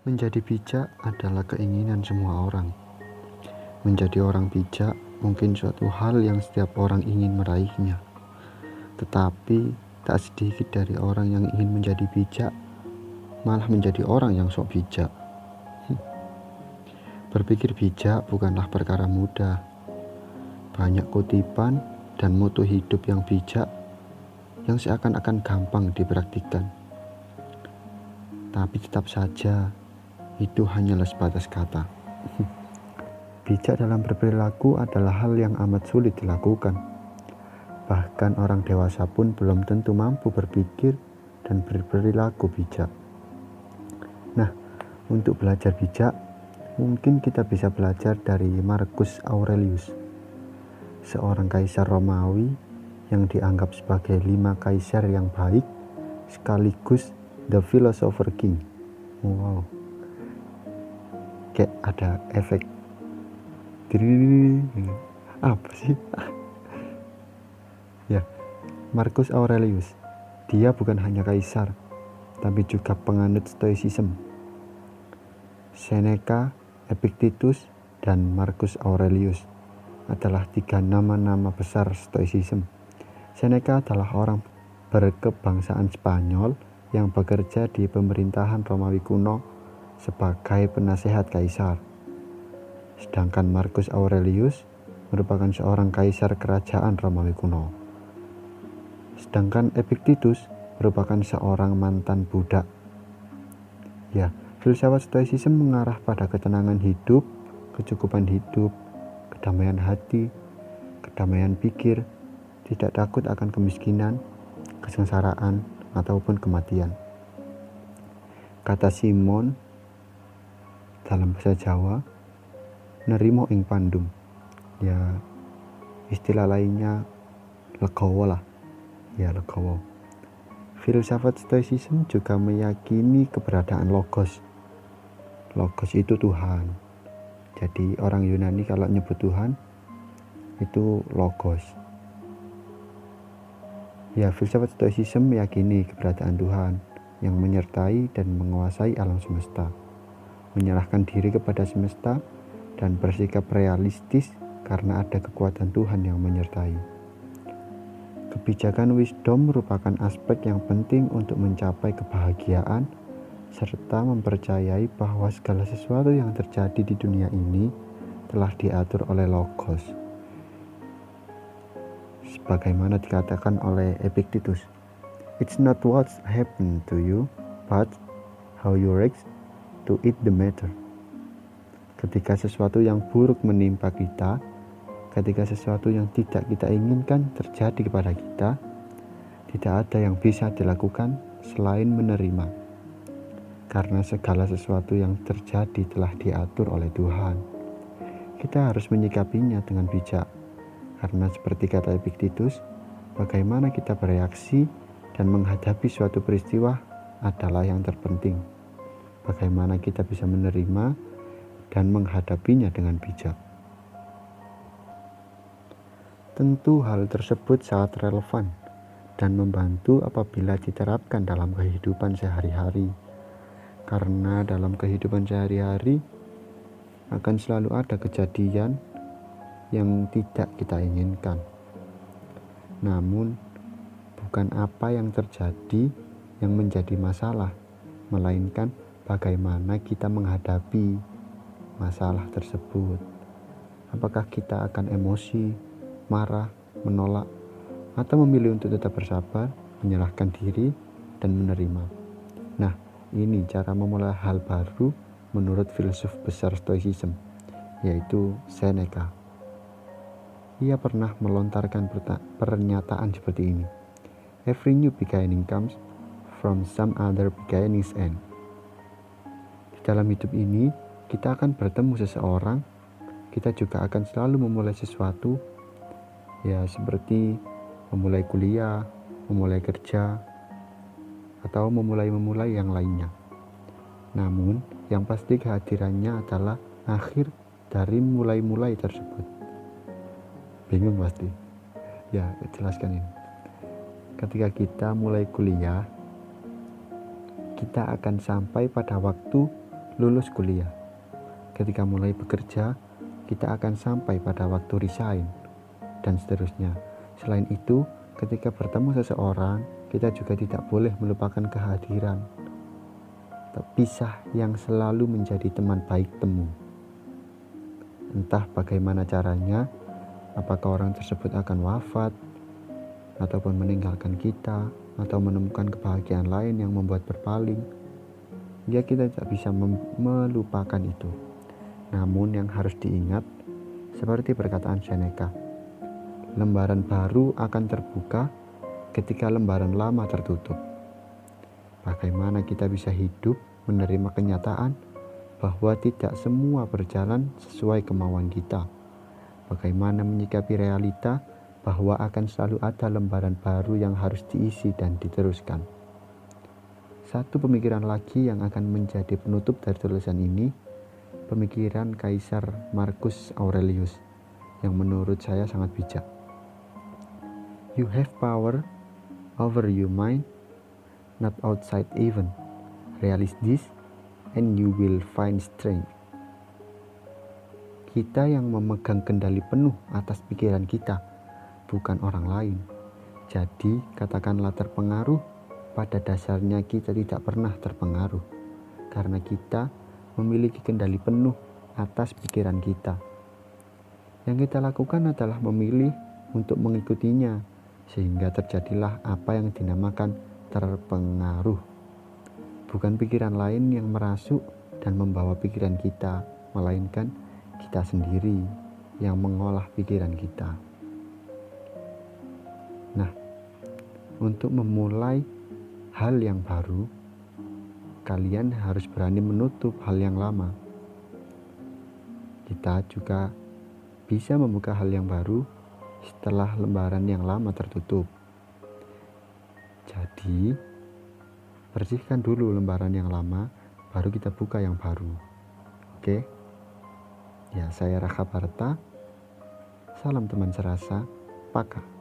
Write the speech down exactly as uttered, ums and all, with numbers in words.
Menjadi bijak adalah keinginan semua orang. Menjadi orang bijak mungkin suatu hal yang setiap orang ingin meraihnya. Tetapi tak sedikit dari orang yang ingin menjadi bijak malah menjadi orang yang sok bijak. Hmm. Berpikir bijak bukanlah perkara mudah. Banyak kutipan dan moto hidup yang bijak yang seakan-akan gampang dipraktikkan. Tapi tetap saja itu hanyalah sebatas kata. Bijak dalam berperilaku adalah hal yang amat sulit dilakukan. Bahkan orang dewasa pun belum tentu mampu berpikir dan berperilaku bijak. Nah, untuk belajar bijak, mungkin kita bisa belajar dari Marcus Aurelius, seorang kaisar Romawi yang dianggap sebagai lima kaisar yang baik sekaligus the philosopher king. Wow, kayak ada efek diri apa sih? Ya, Marcus Aurelius, dia bukan hanya kaisar, tapi juga penganut stoicism. Seneca, Epictetus, dan Marcus Aurelius adalah tiga nama-nama besar stoicism. Seneca adalah orang berkebangsaan Spanyol yang bekerja di pemerintahan Romawi kuno sebagai penasehat kaisar. Sedangkan Marcus Aurelius merupakan seorang kaisar kerajaan Romawi kuno. Sedangkan Epictetus merupakan seorang mantan budak. Ya, filsafat stoicism mengarah pada ketenangan hidup, kecukupan hidup, kedamaian hati, kedamaian pikir, tidak takut akan kemiskinan, kesengsaraan, ataupun kematian. Kata Simon dalam bahasa Jawa, nerimo ing pandum. Ya, istilah lainnya legowo lah. Ya, legowo. Filsafat stoicism juga meyakini keberadaan logos. Logos itu Tuhan. Jadi orang Yunani kalau nyebut Tuhan itu logos. Ya, filsafat stoicism meyakini keberadaan Tuhan yang menyertai dan menguasai alam semesta, menyerahkan diri kepada semesta dan bersikap realistis karena ada kekuatan Tuhan yang menyertai. Kebijakan wisdom merupakan aspek yang penting untuk mencapai kebahagiaan serta mempercayai bahwa segala sesuatu yang terjadi di dunia ini telah diatur oleh logos. Sebagaimana dikatakan oleh Epictetus, "It's not what's happened to you, but how you react to it the matter." Ketika sesuatu yang buruk menimpa kita, ketika sesuatu yang tidak kita inginkan terjadi kepada kita, tidak ada yang bisa dilakukan selain menerima. Karena segala sesuatu yang terjadi telah diatur oleh Tuhan. Kita harus menyikapinya dengan bijak. Karena seperti kata Epictetus, bagaimana kita bereaksi dan menghadapi suatu peristiwa adalah yang terpenting. Bagaimana kita bisa menerima dan menghadapinya dengan bijak. Tentu hal tersebut sangat relevan dan membantu apabila diterapkan dalam kehidupan sehari-hari. Karena dalam kehidupan sehari-hari akan selalu ada kejadian yang tidak kita inginkan. Namun, bukan apa yang terjadi yang menjadi masalah, melainkan bagaimana kita menghadapi masalah tersebut. Apakah kita akan emosi, marah, menolak, atau memilih untuk tetap bersabar, menyerahkan diri, dan menerima. Nah, ini cara memulai hal baru menurut filsuf besar stoicism, yaitu Seneca. Ia pernah melontarkan pernyataan seperti ini, "Every new beginning comes from some other beginning's end." Di dalam hidup ini, kita akan bertemu seseorang, kita juga akan selalu memulai sesuatu, ya seperti memulai kuliah, memulai kerja, atau memulai-memulai yang lainnya. Namun, yang pasti kehadirannya adalah akhir dari mulai-mulai tersebut. Bingung pasti? Ya, jelaskan ini. Ketika kita mulai kuliah, kita akan sampai pada waktu lulus kuliah. Ketika mulai bekerja, kita akan sampai pada waktu resign, dan seterusnya. Selain itu, ketika bertemu seseorang, kita juga tidak boleh melupakan kehadiran terpisah yang selalu menjadi teman baik temu. Entah bagaimana caranya, apakah orang tersebut akan wafat, ataupun meninggalkan kita, atau menemukan kebahagiaan lain yang membuat berpaling, ya kita tidak bisa melupakan itu. Namun yang harus diingat, seperti perkataan Seneca, lembaran baru akan terbuka ketika lembaran lama tertutup. Bagaimana kita bisa hidup menerima kenyataan bahwa tidak semua berjalan sesuai kemauan kita? Bagaimana menyikapi realita bahwa akan selalu ada lembaran baru yang harus diisi dan diteruskan? Satu pemikiran lagi yang akan menjadi penutup dari tulisan ini, pemikiran Kaisar Marcus Aurelius, yang menurut saya sangat bijak. You have power over your mind, not outside even. Realize this, and you will find strength. Kita yang memegang kendali penuh atas pikiran kita, bukan orang lain. Jadi, katakanlah terpengaruh, pada dasarnya kita tidak pernah terpengaruh, karena kita memiliki kendali penuh atas pikiran kita. Yang kita lakukan adalah memilih untuk mengikutinya, sehingga terjadilah apa yang dinamakan terpengaruh. Bukan pikiran lain yang merasuk dan membawa pikiran kita, melainkan kita sendiri yang mengolah pikiran kita. Nah, untuk memulai hal yang baru, kalian harus berani menutup hal yang lama. Kita juga bisa membuka hal yang baru setelah lembaran yang lama tertutup. Jadi, bersihkan dulu lembaran yang lama, baru kita buka yang baru. Oke? Ya, saya Raka Barta. Salam teman serasa, Paka.